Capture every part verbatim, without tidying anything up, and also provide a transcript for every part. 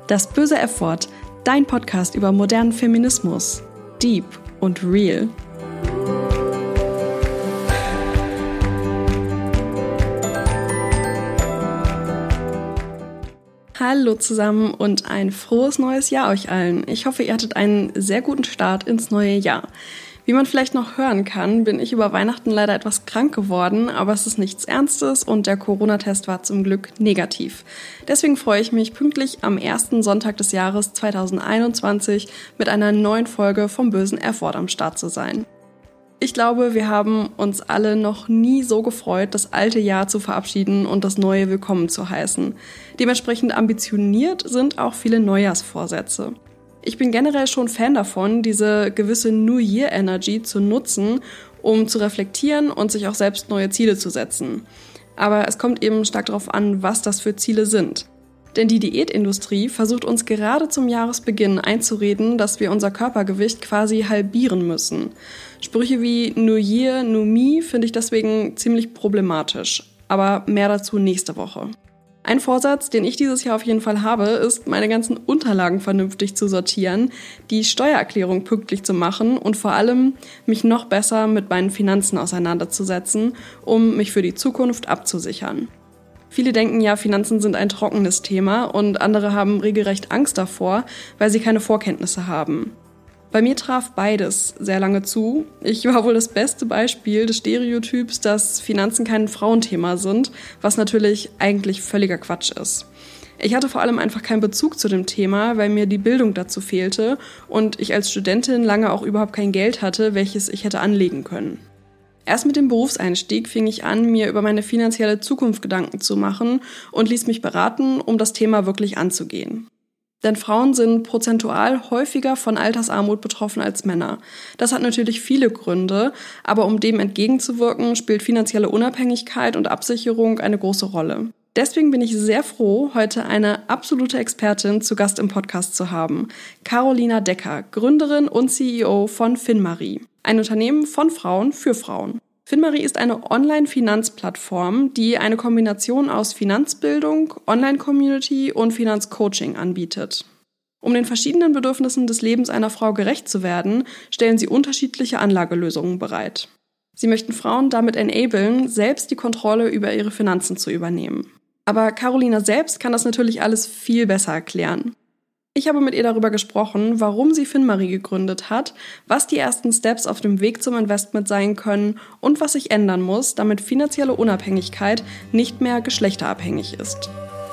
Das böse F-Wort, dein Podcast über modernen Feminismus. Deep und real. Hallo zusammen und ein frohes neues Jahr euch allen. Ich hoffe, ihr hattet einen sehr guten Start ins neue Jahr. Wie man vielleicht noch hören kann, bin ich über Weihnachten leider etwas krank geworden, aber es ist nichts Ernstes und der Corona-Test war zum Glück negativ. Deswegen freue ich mich, pünktlich am ersten Sonntag des Jahres zweitausendeinundzwanzig mit einer neuen Folge vom bösen F-Wort am Start zu sein. Ich glaube, wir haben uns alle noch nie so gefreut, das alte Jahr zu verabschieden und das neue willkommen zu heißen. Dementsprechend ambitioniert sind auch viele Neujahrsvorsätze. Ich bin generell schon Fan davon, diese gewisse New Year Energy zu nutzen, um zu reflektieren und sich auch selbst neue Ziele zu setzen. Aber es kommt eben stark darauf an, was das für Ziele sind. Denn die Diätindustrie versucht uns gerade zum Jahresbeginn einzureden, dass wir unser Körpergewicht quasi halbieren müssen. Sprüche wie New Year, New Me finde ich deswegen ziemlich problematisch. Aber mehr dazu nächste Woche. Ein Vorsatz, den ich dieses Jahr auf jeden Fall habe, ist, meine ganzen Unterlagen vernünftig zu sortieren, die Steuererklärung pünktlich zu machen und vor allem mich noch besser mit meinen Finanzen auseinanderzusetzen, um mich für die Zukunft abzusichern. Viele denken ja, Finanzen sind ein trockenes Thema und andere haben regelrecht Angst davor, weil sie keine Vorkenntnisse haben. Bei mir traf beides sehr lange zu. Ich war wohl das beste Beispiel des Stereotyps, dass Finanzen kein Frauenthema sind, was natürlich eigentlich völliger Quatsch ist. Ich hatte vor allem einfach keinen Bezug zu dem Thema, weil mir die Bildung dazu fehlte und ich als Studentin lange auch überhaupt kein Geld hatte, welches ich hätte anlegen können. Erst mit dem Berufseinstieg fing ich an, mir über meine finanzielle Zukunft Gedanken zu machen und ließ mich beraten, um das Thema wirklich anzugehen. Denn Frauen sind prozentual häufiger von Altersarmut betroffen als Männer. Das hat natürlich viele Gründe, aber um dem entgegenzuwirken, spielt finanzielle Unabhängigkeit und Absicherung eine große Rolle. Deswegen bin ich sehr froh, heute eine absolute Expertin zu Gast im Podcast zu haben. Carolina Decker, Gründerin und C E O von FinMarie, ein Unternehmen von Frauen für Frauen. FinMarie ist eine Online-Finanzplattform, die eine Kombination aus Finanzbildung, Online-Community und Finanzcoaching anbietet. Um den verschiedenen Bedürfnissen des Lebens einer Frau gerecht zu werden, stellen sie unterschiedliche Anlagelösungen bereit. Sie möchten Frauen damit enablen, selbst die Kontrolle über ihre Finanzen zu übernehmen. Aber Carolina selbst kann das natürlich alles viel besser erklären. Ich habe mit ihr darüber gesprochen, warum sie FinMarie gegründet hat, was die ersten Steps auf dem Weg zum Investment sein können und was sich ändern muss, damit finanzielle Unabhängigkeit nicht mehr geschlechterabhängig ist.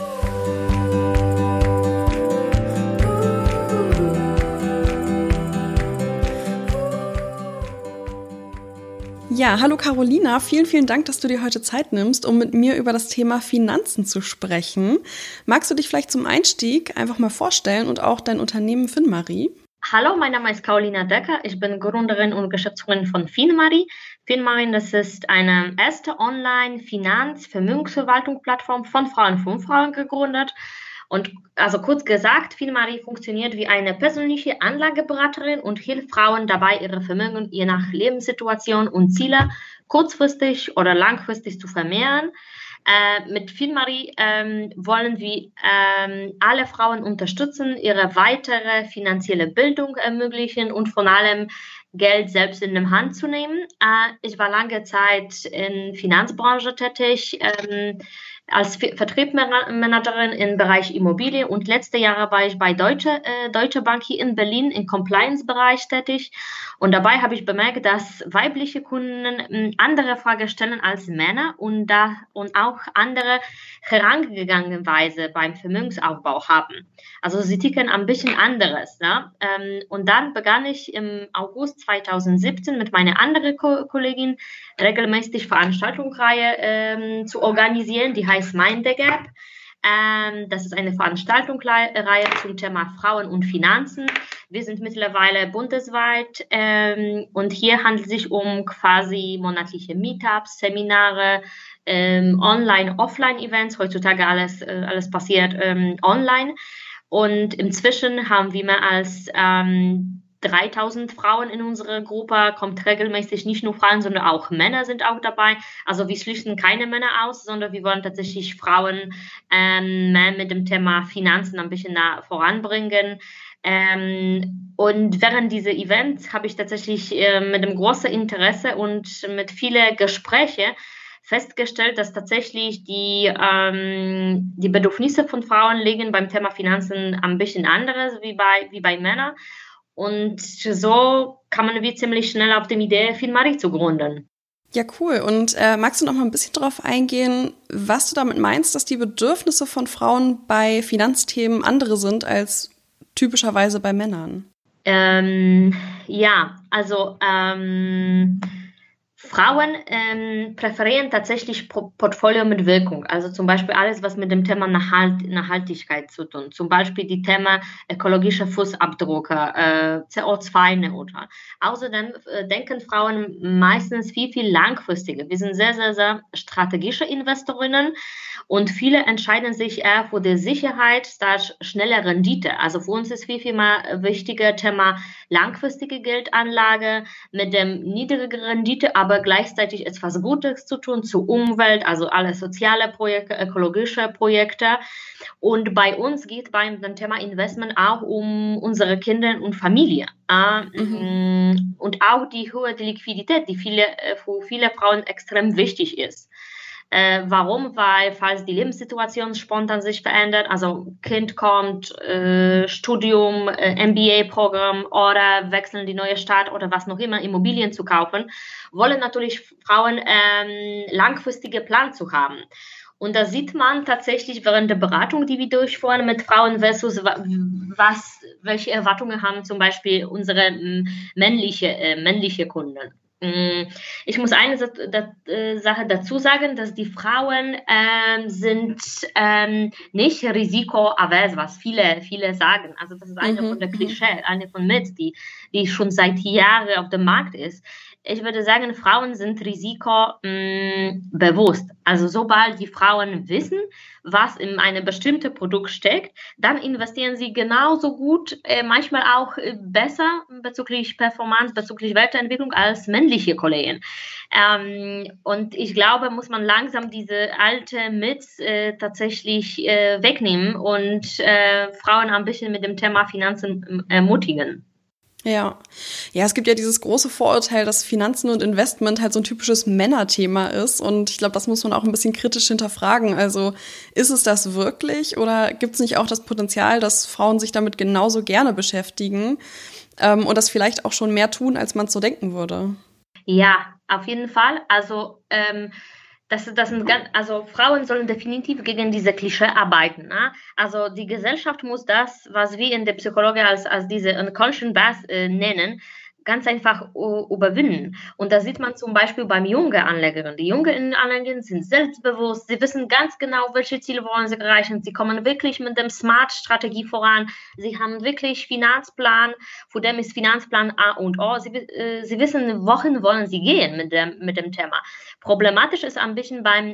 Ja, hallo Carolina, vielen, vielen Dank, dass du dir heute Zeit nimmst, um mit mir über das Thema Finanzen zu sprechen. Magst du dich vielleicht zum Einstieg einfach mal vorstellen und auch dein Unternehmen FinMarie? Hallo, mein Name ist Carolina Decker, ich bin Gründerin und Geschäftsführerin von FinMarie. FinMarie, das ist eine erste Online-Finanz-Vermögensverwaltungsplattform von Frauen für Frauen gegründet. Und also kurz gesagt, FinMarie funktioniert wie eine persönliche Anlageberaterin und hilft Frauen dabei, ihre Vermögen je nach Lebenssituation und Ziele kurzfristig oder langfristig zu vermehren. Äh, mit FinMarie ähm, wollen wir ähm, alle Frauen unterstützen, ihre weitere finanzielle Bildung ermöglichen und von allem Geld selbst in die Hand zu nehmen. Äh, ich war lange Zeit in der Finanzbranche tätig, ähm, als Vertriebsmanagerin im Bereich Immobilien und letzte Jahre war ich bei Deutsche, äh, Deutsche Bank hier in Berlin im Compliance-Bereich tätig und dabei habe ich bemerkt, dass weibliche Kunden äh, andere Fragen stellen als Männer und, da, und auch andere Herangegangenweise beim Vermögensaufbau haben. Also sie ticken ein bisschen anderes. Ne? Ähm, und dann begann ich im August zweitausendsiebzehn mit meiner anderen Ko- Kollegin regelmäßig Veranstaltungsreihe ähm, zu organisieren, die heißt Mind the Gap. Ähm, das ist eine Veranstaltungsreihe zum Thema Frauen und Finanzen. Wir sind mittlerweile bundesweit ähm, und hier handelt es sich um quasi monatliche Meetups, Seminare, ähm, Online-, Offline-Events. Heutzutage alles, äh, alles passiert ähm, online. Und inzwischen haben wir mehr als ähm, dreitausend Frauen in unserer Gruppe, kommt regelmäßig nicht nur Frauen, sondern auch Männer sind auch dabei. Also wir schließen keine Männer aus, sondern wir wollen tatsächlich Frauen ähm, mehr mit dem Thema Finanzen ein bisschen nah voranbringen. Ähm, und während dieser Events habe ich tatsächlich äh, mit dem großen Interesse und mit vielen Gesprächen festgestellt, dass tatsächlich die, ähm, die Bedürfnisse von Frauen liegen beim Thema Finanzen ein bisschen anderes wie bei, wie bei Männern. Und so kann man wie ziemlich schnell auf die Idee, FinMarie zu gründen. Ja, cool. Und äh, magst du noch mal ein bisschen darauf eingehen, was du damit meinst, dass die Bedürfnisse von Frauen bei Finanzthemen andere sind als typischerweise bei Männern? Ähm, ja, also ähm, Frauen ähm, präferieren tatsächlich Portfolio mit Wirkung, also zum Beispiel alles, was mit dem Thema Nachhalt Nachhaltigkeit zu tun, zum Beispiel die Thema ökologische Fußabdrücke, äh, C O zwei Neutral. Außerdem äh, denken Frauen meistens viel, viel langfristiger. Wir sind sehr, sehr, sehr strategische Investorinnen und viele entscheiden sich eher für die Sicherheit statt schnelle Rendite. Also für uns ist viel, viel mehr wichtiger Thema langfristige Geldanlage mit dem niedrigen Rendite, aber gleichzeitig etwas Gutes zu tun zur Umwelt, also alle soziale Projekte, ökologische Projekte. Und bei uns geht beim Thema Investment auch um unsere Kinder und Familie. Mhm. Und auch die hohe Liquidität, die viele, für viele Frauen extrem wichtig ist. Äh, warum? Weil falls die Lebenssituation spontan sich verändert, also Kind kommt, äh, Studium, äh, M B A-Programm oder wechseln die neue Stadt oder was noch immer, Immobilien zu kaufen, wollen natürlich Frauen ähm, langfristige Plan zu haben. Und da sieht man tatsächlich während der Beratung, die wir durchführen mit Frauen versus was, welche Erwartungen haben zum Beispiel unsere äh, männliche, äh, männliche Kunden. Ich muss eine Sache dazu sagen, dass die Frauen ähm, sind ähm, nicht risikoavers, was viele, viele sagen. Also das ist eine mhm. von der Klischee, eine von Mythen, die, die schon seit Jahren auf dem Markt ist. Ich würde sagen, Frauen sind risikobewusst. Also sobald die Frauen wissen, was in einem bestimmten Produkt steckt, dann investieren sie genauso gut, äh, manchmal auch äh, besser bezüglich Performance, bezüglich Weiterentwicklung als männliche Kollegen. Ähm, und ich glaube, muss man langsam diese alte Myths äh, tatsächlich äh, wegnehmen und äh, Frauen ein bisschen mit dem Thema Finanzen ermutigen. Ja. Ja, es gibt ja dieses große Vorurteil, dass Finanzen und Investment halt so ein typisches Männerthema ist. Und ich glaube, das muss man auch ein bisschen kritisch hinterfragen. Also ist es das wirklich oder gibt es nicht auch das Potenzial, dass Frauen sich damit genauso gerne beschäftigen ähm, und das vielleicht auch schon mehr tun, als man so denken würde? Ja, auf jeden Fall. Also ähm, Das, das sind ganz, also Frauen sollen definitiv gegen diese Klischee arbeiten. Ne? Also die Gesellschaft muss das, was wir in der Psychologie als, als diese unconscious bias äh, nennen, ganz einfach uh, überwinden. Und das sieht man zum Beispiel beim jungen Anlegerinnen. Die jungen Anlegerinnen sind selbstbewusst, sie wissen ganz genau, welche Ziele wollen sie erreichen. Sie kommen wirklich mit dem Smart-Strategie voran. Sie haben wirklich Finanzplan, für den ist Finanzplan A und O. Sie, äh, sie wissen, wohin wollen sie gehen mit dem, mit dem Thema. Problematisch ist ein bisschen beim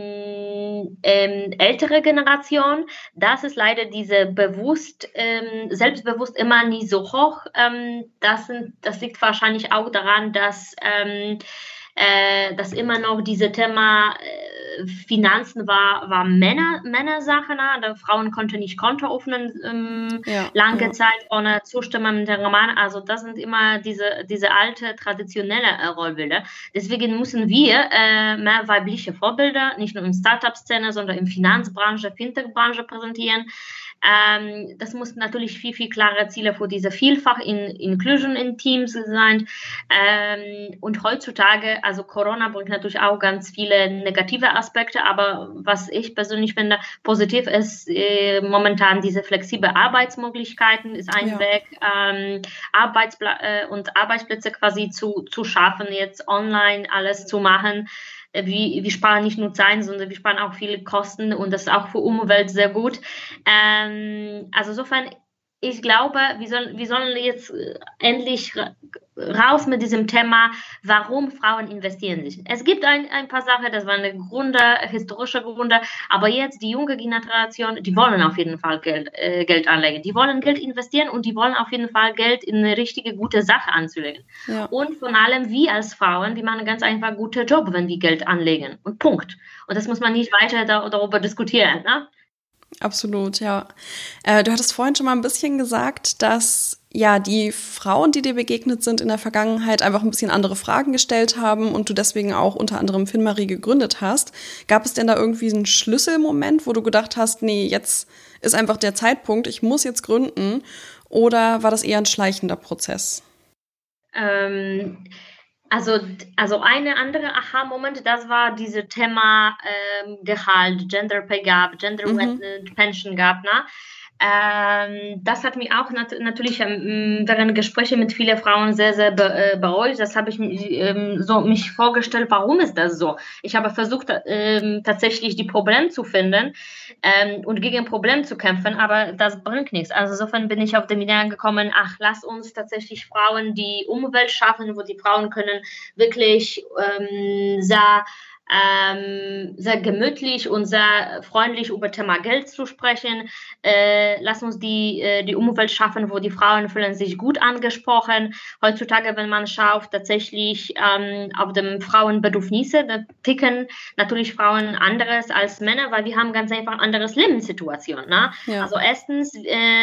mh, ähm, ältere Generation, dass es leider diese bewusst, ähm, selbstbewusst immer nie so hoch, ähm, das sind, das liegt wahrscheinlich auch daran, dass, ähm, äh, dass immer noch dieses Thema äh, Finanzen war, war Männer, Männersache. Ne? Frauen konnten nicht Konto öffnen ähm, ja, lange ja. Zeit ohne Zustimmung der Mann. Also das sind immer diese, diese alte, traditionelle äh, Rollenbilder. Deswegen müssen wir äh, mehr weibliche Vorbilder, nicht nur in Startup-Szene, sondern in Finanzbranche, Fintech-Branche präsentieren. Ähm, das muss natürlich viel, viel klare Ziele für diese Vielfach in Inclusion in Teams sein. Ähm, und heutzutage, also Corona bringt natürlich auch ganz viele negative Aspekte, aber was ich persönlich finde, positiv ist äh, momentan diese flexible Arbeitsmöglichkeiten ist ein ja. Weg, ähm, Arbeitspla- äh, und Arbeitsplätze quasi zu, zu schaffen, jetzt online alles zu machen. Wir, wir sparen nicht nur Zeit, sondern wir sparen auch viele Kosten und das ist auch für Umwelt sehr gut. Ähm, also insofern, ich glaube, wir sollen, wir sollen jetzt äh, endlich ra- raus mit diesem Thema, warum Frauen investieren sich. Es gibt ein, ein paar Sachen, das waren Gründe, historische Gründe, aber jetzt die junge Generation, die wollen auf jeden Fall Geld, äh, Geld anlegen. Die wollen Geld investieren und die wollen auf jeden Fall Geld in eine richtige, gute Sache anzulegen. Ja. Und vor allem wir als Frauen, wir machen ganz einfach einen guten Job, wenn wir Geld anlegen. Und Punkt. Und das muss man nicht weiter da, darüber diskutieren, ne? Absolut, ja. Äh, du hattest vorhin schon mal ein bisschen gesagt, dass ja die Frauen, die dir begegnet sind in der Vergangenheit, einfach ein bisschen andere Fragen gestellt haben und du deswegen auch unter anderem Finmarie gegründet hast. Gab es denn da irgendwie einen Schlüsselmoment, wo du gedacht hast, nee, jetzt ist einfach der Zeitpunkt, ich muss jetzt gründen? Oder war das eher ein schleichender Prozess? Ähm, also, also eine andere Aha-Moment, das war dieses Thema ähm, Gehalt, Gender Pay Gap, Gender Mhm. Pension Gap, ne? Ähm, das hat mich auch nat natürlich ähm, während Gespräche mit vielen Frauen sehr, sehr be äh, beruhigt. Das habe ich ähm, so mich vorgestellt, warum ist das so? Ich habe versucht, ähm, tatsächlich die Probleme zu finden ähm, und gegen ein Problem zu kämpfen, aber das bringt nichts. Also insofern bin ich auf den Idee gekommen, ach, lass uns tatsächlich Frauen die Umwelt schaffen, wo die Frauen können wirklich ähm, sehr ähm, sehr gemütlich und sehr freundlich über Thema Geld zu sprechen. Äh, lass uns die, äh, die Umwelt schaffen, wo die Frauen fühlen sich gut angesprochen. Heutzutage, wenn man schaut, tatsächlich ähm, auf dem Frauenbedürfnisse, da ticken natürlich Frauen anderes als Männer, weil wir haben ganz einfach eine andere Lebenssituation. Ne? Ja. Also erstens,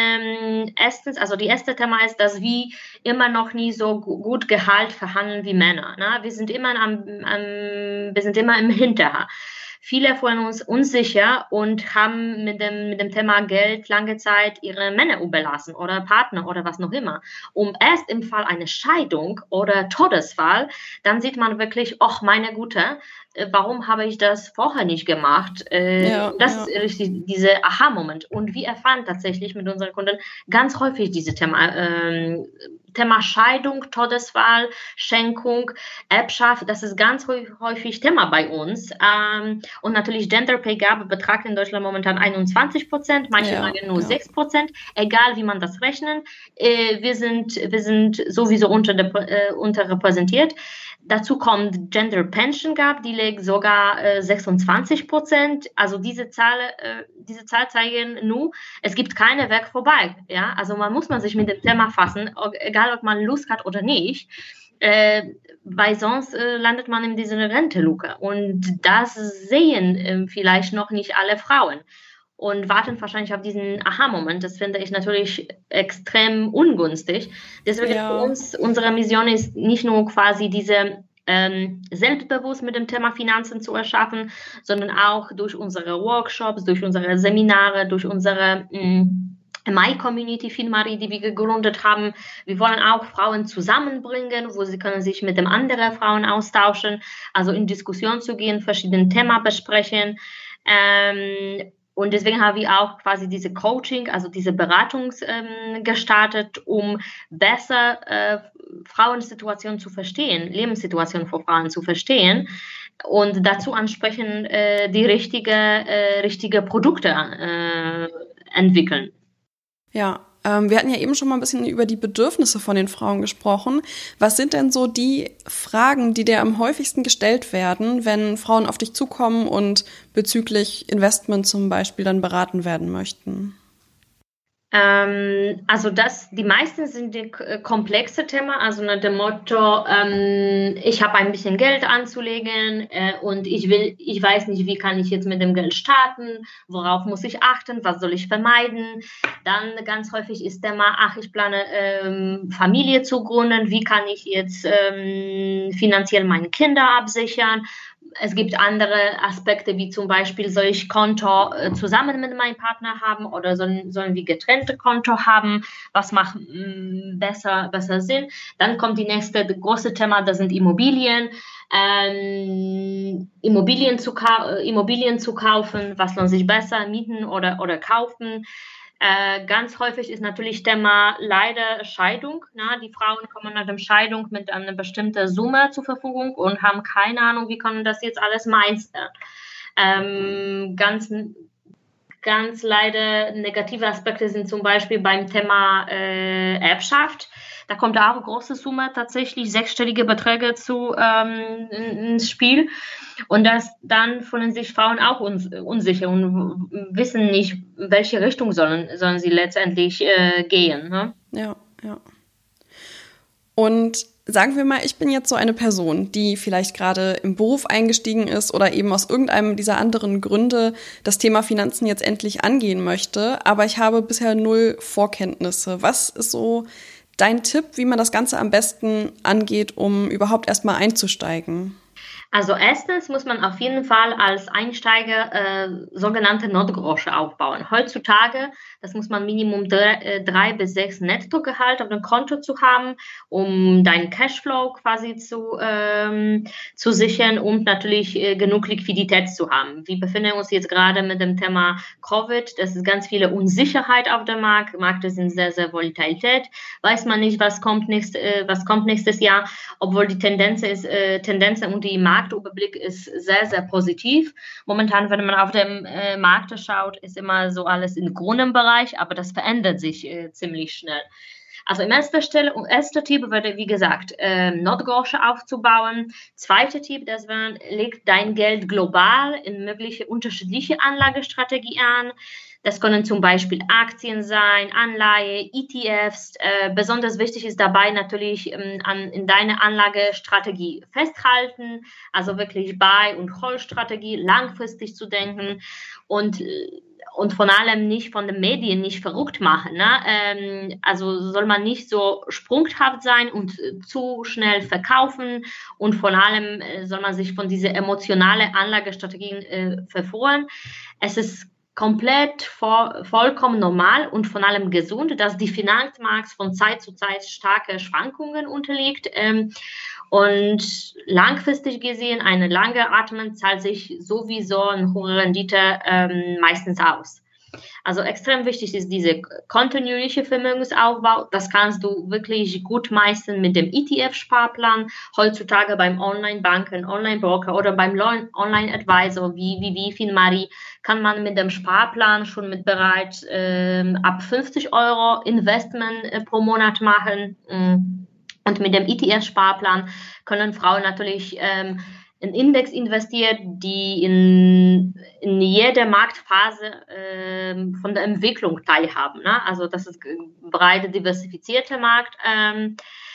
ähm, erstens, also die erste Thema ist, dass wir immer noch nie so gut Gehalt verhandeln wie Männer. Ne? Wir sind immer am, am, wir sind immer im Hinterher. Viele von uns unsicher und haben mit dem, mit dem Thema Geld lange Zeit ihre Männer überlassen oder Partner oder was noch immer. Und erst im Fall einer Scheidung oder Todesfall, dann sieht man wirklich, ach meine Güte, warum habe ich das vorher nicht gemacht? Äh, Ja, das ja. ist richtig dieser Aha-Moment. Und wir erfahren tatsächlich mit unseren Kunden ganz häufig dieses Thema. Ähm, Thema Scheidung, Todesfall, Schenkung, Erbschaft, das ist ganz häufig Thema bei uns. Ähm, und natürlich Gender Pay Gap beträgt in Deutschland momentan einundzwanzig Prozent, manche Ja, sagen nur ja. sechs Prozent, egal wie man das rechnet. Äh, wir, sind, wir sind sowieso unter, äh, unterrepräsentiert. Dazu kommt Gender Pension Gap, die liegt sogar äh, sechsundzwanzig Prozent. Also diese Zahl, äh, diese Zahl zeigen nur, es gibt keinen Weg vorbei. Ja? Also man muss man sich mit dem Thema fassen, egal ob man Lust hat oder nicht. Äh, weil sonst äh, landet man in dieser Renteluke. Und das sehen äh, vielleicht noch nicht alle Frauen und warten wahrscheinlich auf diesen Aha-Moment. Das finde ich natürlich extrem ungünstig. Deswegen für Ja. uns, unsere Mission ist nicht nur quasi diese ähm, selbstbewusst mit dem Thema Finanzen zu erschaffen, sondern auch durch unsere Workshops, durch unsere Seminare, durch unsere mh, My Community Finmarie, die wir gegründet haben. Wir wollen auch Frauen zusammenbringen, wo sie können sich mit den anderen Frauen austauschen, also in Diskussion zu gehen, verschiedene Themen besprechen. Ähm, und deswegen haben wir auch quasi diese Coaching, also diese Beratung ähm, gestartet, um besser äh, Frauensituationen zu verstehen, Lebenssituationen von Frauen zu verstehen und dazu ansprechen, äh, die richtige, äh, richtige Produkte äh, entwickeln. Ja, ähm, wir hatten ja eben schon mal ein bisschen über die Bedürfnisse von den Frauen gesprochen. Was sind denn so die Fragen, die dir am häufigsten gestellt werden, wenn Frauen auf dich zukommen und bezüglich Investment zum Beispiel dann beraten werden möchten? Ähm, also das, die meisten sind die komplexe Themen, also nach dem Motto, ähm, ich habe ein bisschen Geld anzulegen äh, und ich will, ich weiß nicht, wie kann ich jetzt mit dem Geld starten, worauf muss ich achten, was soll ich vermeiden. Dann ganz häufig ist Thema, ach, ich plane ähm, Familie zu gründen, wie kann ich jetzt ähm, finanziell meine Kinder absichern. Es gibt andere Aspekte, wie zum Beispiel, soll ich Konto äh, zusammen mit meinem Partner haben oder sollen, sollen wir getrennte Konto haben? Was macht mh, besser, besser Sinn? Dann kommt die nächste die große Thema, das sind Immobilien. Ähm, Immobilien, zu Immobilien zu kaufen, was lohnt sich besser, mieten oder, oder kaufen? Äh, ganz häufig ist natürlich Thema leider Scheidung. Na? Die Frauen kommen nach der Scheidung mit einer bestimmten Summe zur Verfügung und haben keine Ahnung, wie können das jetzt alles meistern. Ähm, ganz ganz leider negative Aspekte sind zum Beispiel beim Thema äh, Erbschaft. Da kommt auch eine große Summe, tatsächlich sechsstellige Beträge zu ähm, ins Spiel. Und das dann fühlen sich Frauen auch uns, unsicher und wissen nicht, in welche Richtung sollen, sollen sie letztendlich äh, gehen. Ne? Ja, ja. Und sagen wir mal, ich bin jetzt so eine Person, die vielleicht gerade im Beruf eingestiegen ist oder eben aus irgendeinem dieser anderen Gründe das Thema Finanzen jetzt endlich angehen möchte, aber ich habe bisher null Vorkenntnisse. Was ist so dein Tipp, wie man das Ganze am besten angeht, um überhaupt erstmal einzusteigen? Also erstens muss man auf jeden Fall als Einsteiger äh, sogenannte Notgroschen aufbauen. Heutzutage, das muss man Minimum drei, äh, drei bis sechs Nettogehalt auf dem Konto zu haben, um deinen Cashflow quasi zu, ähm, zu sichern und natürlich äh, genug Liquidität zu haben. Wir befinden uns jetzt gerade mit dem Thema Covid. Das ist ganz viele Unsicherheit auf dem Markt. Märkte sind sehr, sehr Volatilität. Weiß man nicht, was kommt, nächst, äh, was kommt nächstes Jahr, obwohl die Tendenz ist, äh, Tendenz und die Markt Marktüberblick ist sehr, sehr positiv. Momentan, wenn man auf dem äh, Markt schaut, ist immer so alles im grünen Bereich, aber das verändert sich äh, ziemlich schnell. Also im ersten Stelle, erster Tipp wäre, wie gesagt, äh, Notgroschen aufzubauen. Zweiter Tipp, das wäre, leg dein Geld global in mögliche unterschiedliche Anlagestrategien an. Das können zum Beispiel Aktien sein, Anleihe, E T Fs. Äh, besonders wichtig ist dabei natürlich ähm, an, in deiner Anlagestrategie festhalten, also wirklich Buy- und Hold-Strategie langfristig zu denken und und vor allem nicht von den Medien nicht verrückt machen. Ne? Ähm, also soll man nicht so sprunghaft sein und äh, zu schnell verkaufen und vor allem äh, soll man sich von dieser emotionalen Anlagestrategien äh, verfolgen. Es ist komplett vor, vollkommen normal und vor allem gesund, dass die Finanzmarkt von Zeit zu Zeit starke Schwankungen unterliegt. Ähm, und langfristig gesehen, eine lange Atmen zahlt sich sowieso eine hohe Rendite ähm, meistens aus. Also extrem wichtig ist dieser kontinuierliche Vermögensaufbau. Das kannst du wirklich gut meistern mit dem E T F-Sparplan. Heutzutage beim Online-Banken, Online-Broker oder beim Online-Advisor wie, wie, wie FinMari kann man mit dem Sparplan schon mit bereits ähm, ab fünfzig Euro Investment äh, pro Monat machen. Und mit dem E T F-Sparplan können Frauen natürlich ähm, in Index investiert, die in, in jeder Marktphase äh, von der Entwicklung teilhaben. Ne? Also das ist ein breit diversifizierter Markt. Ähm,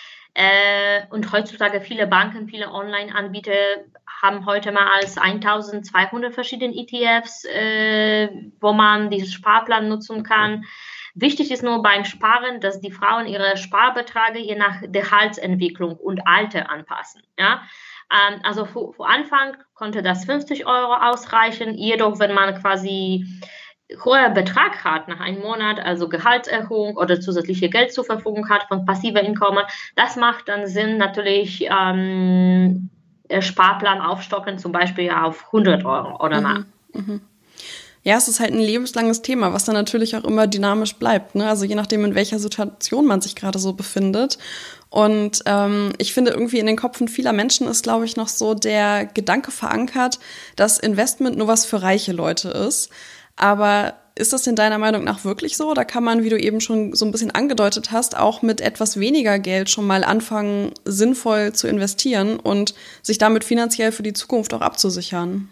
äh, und heutzutage viele Banken, viele Online-Anbieter haben heute mal als eintausendzweihundert verschiedene E T Fs, äh, wo man diesen Sparplan nutzen kann. Wichtig ist nur beim Sparen, dass die Frauen ihre Sparbeträge je nach Gehaltsentwicklung und Alter anpassen. Ja? Ähm, also vor, vor Anfang konnte das fünfzig Euro ausreichen, jedoch wenn man quasi hoher Betrag hat nach einem Monat, also Gehaltserhöhung oder zusätzliche Geld zur Verfügung hat von passiver Einkommen, das macht dann Sinn, natürlich ähm, Sparplan aufstocken, zum Beispiel auf hundert Euro oder mehr. Mhm, mhm. Ja, es ist halt ein lebenslanges Thema, was dann natürlich auch immer dynamisch bleibt, ne? Also je nachdem, in welcher Situation man sich gerade so befindet. Und ähm, ich finde, irgendwie in den Köpfen vieler Menschen ist, glaube ich, noch so der Gedanke verankert, dass Investment nur was für reiche Leute ist. Aber ist das in deiner Meinung nach wirklich so? Oder kann man, wie du eben schon so ein bisschen angedeutet hast, auch mit etwas weniger Geld schon mal anfangen, sinnvoll zu investieren und sich damit finanziell für die Zukunft auch abzusichern?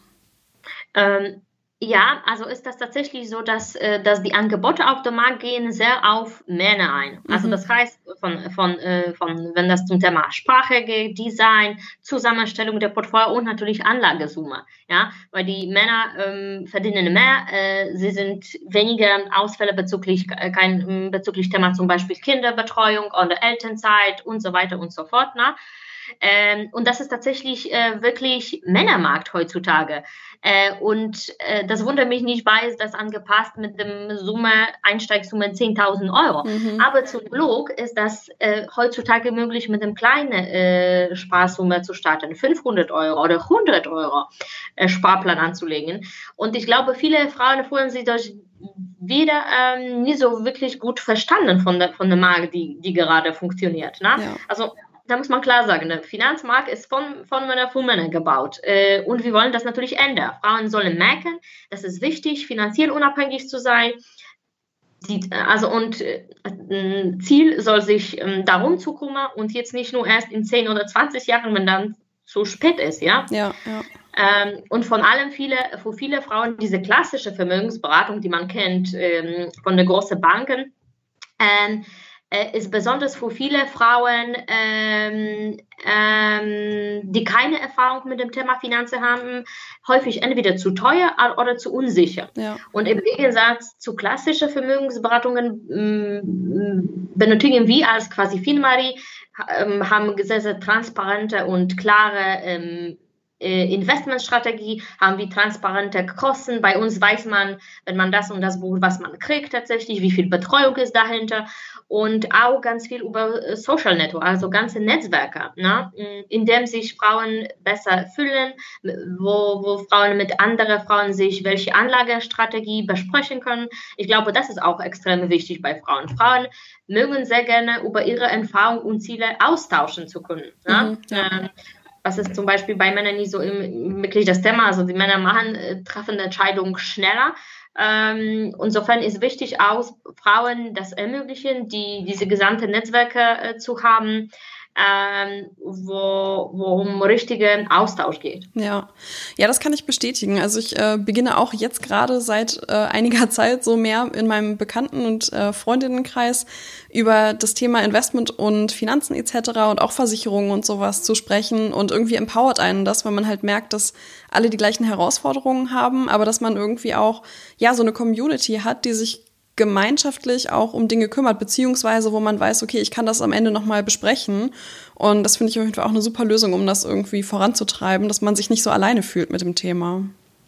Ähm. Ja, also ist das tatsächlich so, dass, dass die Angebote auf den Markt gehen sehr auf Männer ein. Also das heißt, von, von, von, wenn das zum Thema Sprache geht, Design, Zusammenstellung der Portfolio und natürlich Anlagesumme. Ja, weil die Männer ähm, verdienen mehr, äh, sie sind weniger Ausfälle bezüglich, äh, kein, bezüglich Thema zum Beispiel Kinderbetreuung oder Elternzeit und so weiter und so fort. Ne? Ähm, und das ist tatsächlich äh, wirklich Männermarkt heutzutage. Äh, und äh, das wundert mich nicht, weil es das angepasst mit dem Summe, Einsteigssumme zehntausend Euro. Mhm. Aber zum Glück ist das äh, heutzutage möglich, mit einem kleinen äh, Sparsumme zu starten, fünfhundert Euro oder hundert Euro äh, Sparplan anzulegen. Und ich glaube, viele Frauen fühlen sich durch wieder ähm, nie so wirklich gut verstanden von der, von der Marke, die, die gerade funktioniert. Ne? Ja. Also da muss man klar sagen, der Finanzmarkt ist von, von Männern für Männer gebaut. Äh, und wir wollen das natürlich ändern. Frauen sollen merken, dass es wichtig ist, finanziell unabhängig zu sein. Die, also und äh, ein Ziel soll sich ähm, darum zu kümmern und jetzt nicht nur erst in zehn oder zwanzig Jahren, wenn dann zu spät ist, ja. Ja, ja. Ähm, und von allem viele, für viele Frauen diese klassische Vermögensberatung, die man kennt ähm, von den großen Banken, ähm, äh, ist besonders für viele Frauen, ähm, ähm, die keine Erfahrung mit dem Thema Finanzen haben, häufig entweder zu teuer oder zu unsicher. Ja. Und im Gegensatz zu klassischen Vermögensberatungen ähm, benötigen wir als quasi FinMarie, ähm, haben sehr, sehr transparente und klare ähm, Investmentstrategie, haben wir transparente Kosten. Bei uns weiß man, wenn man das und das bucht, was man kriegt tatsächlich, wie viel Betreuung ist dahinter und auch ganz viel über Social Network, also ganze Netzwerke, ne, in dem sich Frauen besser fühlen, wo, wo Frauen mit anderen Frauen sich welche Anlagestrategie besprechen können. Ich glaube, das ist auch extrem wichtig bei Frauen. Frauen mögen sehr gerne über ihre Erfahrungen und Ziele austauschen zu können. Ne? Mhm, ja. ähm, Was ist zum Beispiel bei Männern nicht so im, wirklich das Thema. Also die Männer machen, äh, treffen Entscheidungen schneller. Ähm, insofern ist wichtig auch, Frauen das ermöglichen, die, diese gesamten Netzwerke äh, zu haben, ähm, wo, wo um richtigen Austausch geht. Ja, ja, das kann ich bestätigen. Also ich äh, beginne auch jetzt gerade seit äh, einiger Zeit so mehr in meinem Bekannten- und äh, Freundinnenkreis über das Thema Investment und Finanzen et cetera und auch Versicherungen und sowas zu sprechen. Und irgendwie empowert einen das, weil man halt merkt, dass alle die gleichen Herausforderungen haben, aber dass man irgendwie auch ja so eine Community hat, die sich gemeinschaftlich auch um Dinge kümmert, beziehungsweise wo man weiß, okay, ich kann das am Ende nochmal besprechen. Und das finde ich auf jeden Fall auch eine super Lösung, um das irgendwie voranzutreiben, dass man sich nicht so alleine fühlt mit dem Thema.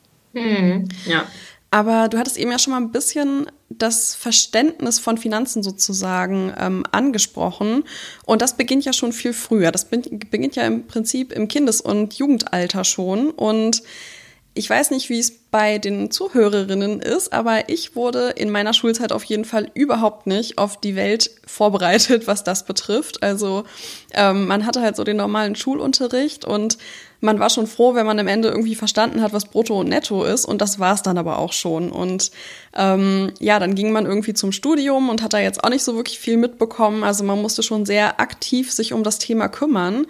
Mhm, ja. Aber du hattest eben ja schon mal ein bisschen das Verständnis von Finanzen sozusagen ähm, angesprochen. Und das beginnt ja schon viel früher. Das beginnt ja im Prinzip im Kindes- und Jugendalter schon. Und ich weiß nicht, wie es bei den Zuhörerinnen ist, aber ich wurde in meiner Schulzeit auf jeden Fall überhaupt nicht auf die Welt vorbereitet, was das betrifft. Also ähm, man hatte halt so den normalen Schulunterricht und man war schon froh, wenn man am Ende irgendwie verstanden hat, was Brutto und Netto ist. Und das war es dann aber auch schon. Und ähm, ja, dann ging man irgendwie zum Studium und hat da jetzt auch nicht so wirklich viel mitbekommen. Also man musste schon sehr aktiv sich um das Thema kümmern.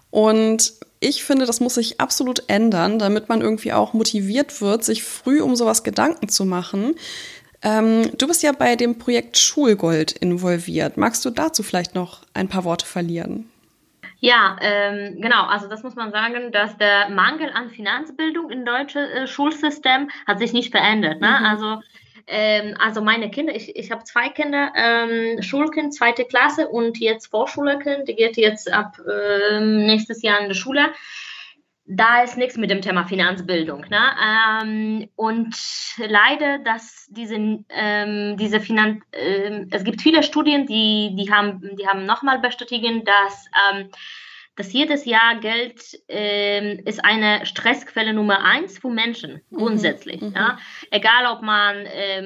Und ich finde, das muss sich absolut ändern, damit man irgendwie auch motiviert wird, sich früh um sowas Gedanken zu machen. Ähm, du bist ja bei dem Projekt Schulgold involviert. Magst du dazu vielleicht noch ein paar Worte verlieren? Ja, ähm, genau. Also das muss man sagen, dass der Mangel an Finanzbildung im deutschen äh, Schulsystem hat sich nicht verändert. Ne? Mhm. Also Ähm, also meine Kinder, ich, ich habe zwei Kinder, ähm, Schulkind, zweite Klasse und jetzt Vorschulkind, die geht jetzt ab ähm, nächstes Jahr in die Schule. Da ist nichts mit dem Thema Finanzbildung. Ne? Ähm, und leider, dass diese, ähm, diese Finanz, ähm, es gibt viele Studien, die, die haben, die haben nochmal bestätigen, dass ähm, dass jedes Jahr Geld ähm, ist eine Stressquelle Nummer eins für Menschen, grundsätzlich. Mhm, ja? Egal, ob man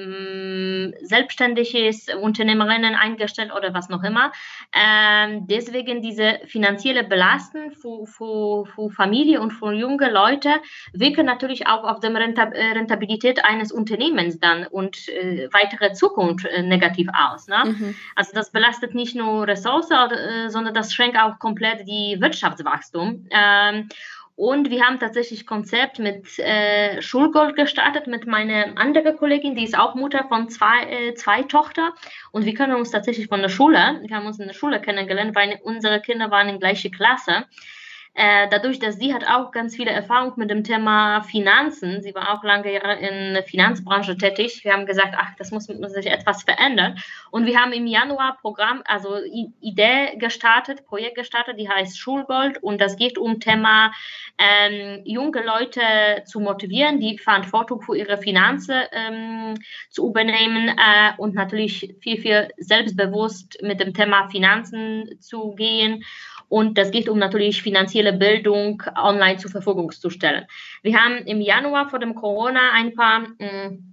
ähm, selbstständig ist, Unternehmerinnen eingestellt oder was noch immer. Ähm, deswegen diese finanzielle Belastung für, für, für Familie und für junge Leute wirken natürlich auch auf die Rentabilität eines Unternehmens dann und äh, weitere Zukunft äh, negativ aus. Ne? Mhm. Also das belastet nicht nur Ressourcen, äh, sondern das schränkt auch komplett die Wirtschaftswachstum. Ähm, und wir haben tatsächlich Konzept mit äh, Schulgold gestartet mit meiner anderen Kollegin, die ist auch Mutter von zwei, äh, zwei Tochter. Und wir können uns tatsächlich von der Schule, wir haben uns in der Schule kennengelernt, weil unsere Kinder waren in gleiche Klasse. Äh, dadurch, dass sie hat auch ganz viele Erfahrung mit dem Thema Finanzen. Sie war auch lange Jahre in der Finanzbranche tätig. Wir haben gesagt, ach, das muss, muss sich etwas verändern. Und wir haben im Januar Programm, also I- Idee gestartet, Projekt gestartet, die heißt Schulgold. Und das geht um Thema, ähm, junge Leute zu motivieren, die Verantwortung für ihre Finanzen ähm, zu übernehmen äh, und natürlich viel, viel selbstbewusst mit dem Thema Finanzen zu gehen. Und das geht um natürlich finanzielle Bildung online zur Verfügung zu stellen. Wir haben im Januar vor dem Corona ein paar mh,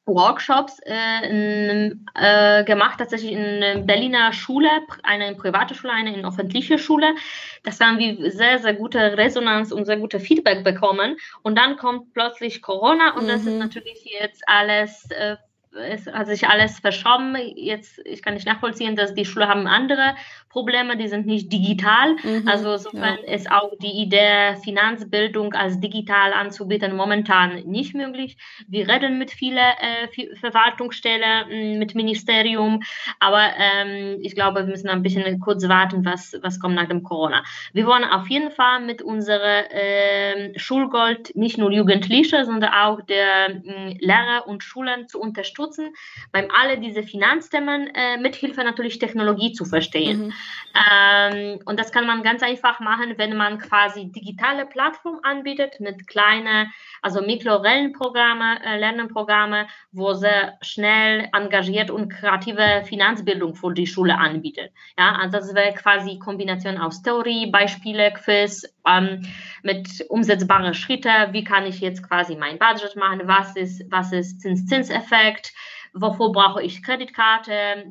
Workshops äh, in, äh, gemacht, tatsächlich in einer Berliner Schule, eine private Schule, eine in öffentliche Schule. Das haben wir sehr, sehr gute Resonanz und sehr gute Feedback bekommen. Und dann kommt plötzlich Corona und mhm. das ist natürlich jetzt alles äh, es hat sich alles verschoben. Jetzt, ich kann nicht nachvollziehen, dass die Schule haben andere Probleme, die sind nicht digital. Mhm, also insofern ja. ist auch die Idee, Finanzbildung als digital anzubieten, momentan nicht möglich. Wir reden mit vielen äh, Verwaltungsstellen, mit Ministerium, aber ähm, ich glaube, wir müssen ein bisschen kurz warten, was, was kommt nach dem Corona. Wir wollen auf jeden Fall mit unserer äh, Schulgold nicht nur Jugendliche, sondern auch der äh, Lehrer und Schulen zu unterstützen, beim alle diese Finanzthemen äh, mithilfe natürlich Technologie zu verstehen. Mhm. Ähm, und das kann man ganz einfach machen, wenn man quasi digitale Plattformen anbietet mit kleinen, also Mikrolernprogramme, äh, Lernprogramme, wo sehr schnell engagiert und kreative Finanzbildung für die Schule anbietet. Ja, also das wäre quasi Kombination aus Theorie, Beispiele, Quiz, ähm, mit umsetzbaren Schritten. Wie kann ich jetzt quasi mein Budget machen? Was ist, was ist Zins-Zinseffekt? Wofür brauche ich Kreditkarte?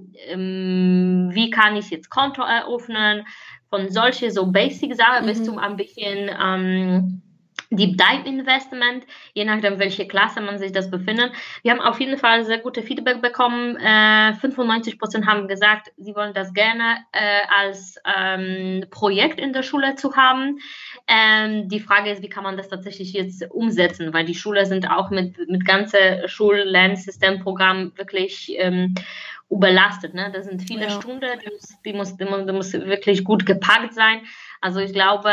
Ähm, wie kann ich jetzt Konto eröffnen? Von solche so Basic-Sachen mhm. bis zum ein bisschen ähm, Deep Dive Investment, je nachdem, welche Klasse man sich das befindet. Wir haben auf jeden Fall sehr gute Feedback bekommen. Äh, fünfundneunzig Prozent haben gesagt, sie wollen das gerne äh, als ähm, Projekt in der Schule zu haben. Ähm, die Frage ist, wie kann man das tatsächlich jetzt umsetzen, weil die Schule sind auch mit, mit ganzen Schul-Lernsystemprogramm wirklich ähm, überlastet. Ne? Das sind viele ja. Stunden, die muss, die, muss, die, muss, die muss wirklich gut gepackt sein. Also ich glaube,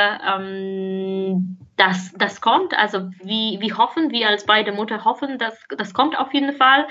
ähm, dass das kommt. Also wir, wir hoffen, wir als beide Mutter hoffen, dass das kommt auf jeden Fall.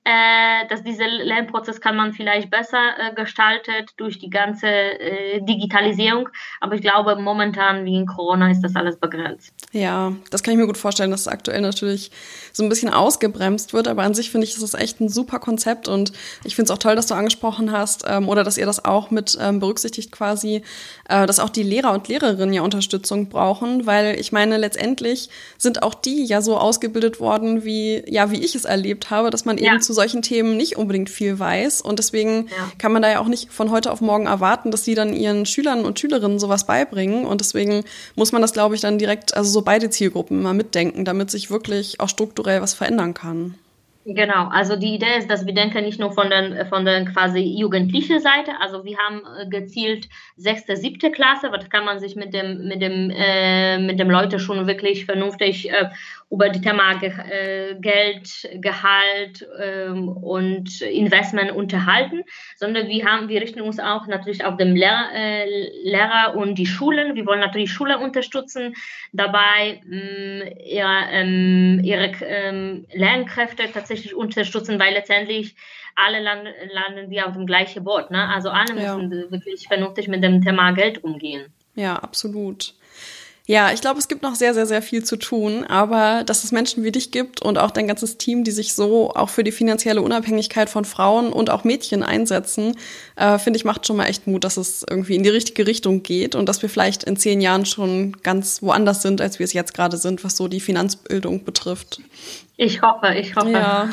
Äh, dass dieser Lernprozess kann man vielleicht besser äh, gestaltet durch die ganze äh, Digitalisierung. Aber ich glaube, momentan wegen Corona ist das alles begrenzt. Ja, das kann ich mir gut vorstellen, dass es aktuell natürlich so ein bisschen ausgebremst wird. Aber an sich finde ich, ist es echt ein super Konzept. Und ich finde es auch toll, dass du angesprochen hast ähm, oder dass ihr das auch mit ähm, berücksichtigt quasi, äh, dass auch die Lehrer und Lehrerinnen ja Unterstützung brauchen, weil ich meine, letztendlich sind auch die ja so ausgebildet worden, wie ja, wie ich es erlebt habe, dass man ja. eben zu solchen Themen nicht unbedingt viel weiß und deswegen ja. kann man da ja auch nicht von heute auf morgen erwarten, dass sie dann ihren Schülern und Schülerinnen sowas beibringen und deswegen muss man das, glaube ich, dann direkt, also so beide Zielgruppen mal mitdenken, damit sich wirklich auch strukturell was verändern kann. Genau, also die Idee ist, dass wir denken nicht nur von der, von der quasi jugendlichen Seite, also wir haben gezielt sechste, siebte Klasse, was kann man sich mit dem, mit dem, äh, mit dem Leute schon wirklich vernünftig äh, über die Thema Ge- äh, Geld, Gehalt ähm, und Investment unterhalten, sondern wir haben, wir richten uns auch natürlich auf den Lehrer, äh, Lehrer und die Schulen. Wir wollen natürlich Schulen unterstützen, dabei mh, ihre, ähm, ihre ähm, Lernkräfte tatsächlich unterstützen, weil letztendlich alle landen, landen die auf dem gleichen Boot. Ne? Also alle müssen ja. wirklich vernünftig mit dem Thema Geld umgehen. Ja, absolut. Ja, ich glaube, es gibt noch sehr, sehr, sehr viel zu tun, aber dass es Menschen wie dich gibt und auch dein ganzes Team, die sich so auch für die finanzielle Unabhängigkeit von Frauen und auch Mädchen einsetzen, äh, finde ich, macht schon mal echt Mut, dass es irgendwie in die richtige Richtung geht und dass wir vielleicht in zehn Jahren schon ganz woanders sind, als wir es jetzt gerade sind, was so die Finanzbildung betrifft. Ich hoffe, ich hoffe. Ja,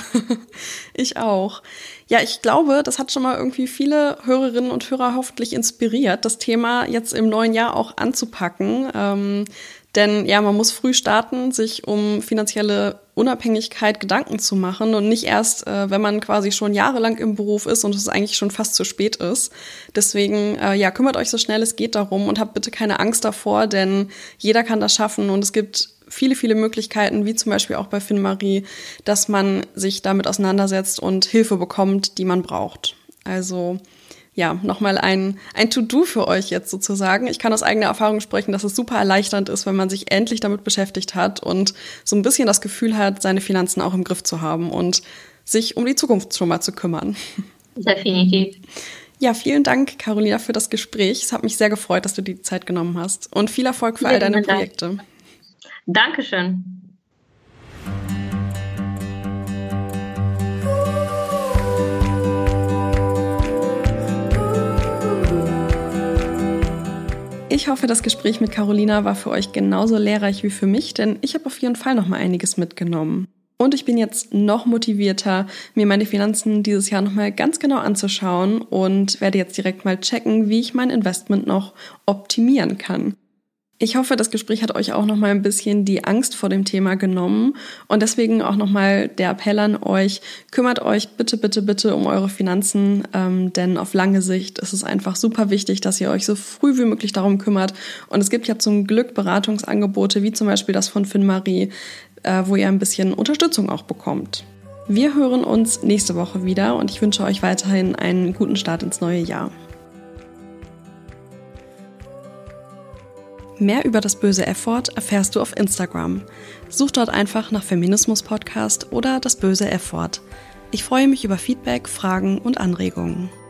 ich auch. Ja, ich glaube, das hat schon mal irgendwie viele Hörerinnen und Hörer hoffentlich inspiriert, das Thema jetzt im neuen Jahr auch anzupacken. Ähm, denn ja, man muss früh starten, sich um finanzielle Unabhängigkeit Gedanken zu machen und nicht erst, äh, wenn man quasi schon jahrelang im Beruf ist und es eigentlich schon fast zu spät ist. Deswegen, äh, ja, kümmert euch so schnell es geht darum und habt bitte keine Angst davor, denn jeder kann das schaffen und es gibt viele, viele Möglichkeiten, wie zum Beispiel auch bei Finmarie, dass man sich damit auseinandersetzt und Hilfe bekommt, die man braucht. Also ja, nochmal ein, ein To-Do für euch jetzt sozusagen. Ich kann aus eigener Erfahrung sprechen, dass es super erleichternd ist, wenn man sich endlich damit beschäftigt hat und so ein bisschen das Gefühl hat, seine Finanzen auch im Griff zu haben und sich um die Zukunft schon mal zu kümmern. Definitiv. Ja, vielen Dank, Carolina, für das Gespräch. Es hat mich sehr gefreut, dass du dir die Zeit genommen hast. Und viel Erfolg für ja, all deine Projekte. Dank. Dankeschön. Ich hoffe, das Gespräch mit Carolina war für euch genauso lehrreich wie für mich, denn ich habe auf jeden Fall noch mal einiges mitgenommen. Und ich bin jetzt noch motivierter, mir meine Finanzen dieses Jahr nochmal ganz genau anzuschauen und werde jetzt direkt mal checken, wie ich mein Investment noch optimieren kann. Ich hoffe, das Gespräch hat euch auch nochmal ein bisschen die Angst vor dem Thema genommen und deswegen auch nochmal der Appell an euch, kümmert euch bitte, bitte, bitte um eure Finanzen, ähm, denn auf lange Sicht ist es einfach super wichtig, dass ihr euch so früh wie möglich darum kümmert. Und es gibt ja zum Glück Beratungsangebote, wie zum Beispiel das von Finmarie, wo ihr ein bisschen Unterstützung auch bekommt. Wir hören uns nächste Woche wieder und ich wünsche euch weiterhin einen guten Start ins neue Jahr. Mehr über das böse F-Wort erfährst du auf Instagram. Such dort einfach nach Feminismus Podcast oder das böse F-Wort. Ich freue mich über Feedback, Fragen und Anregungen.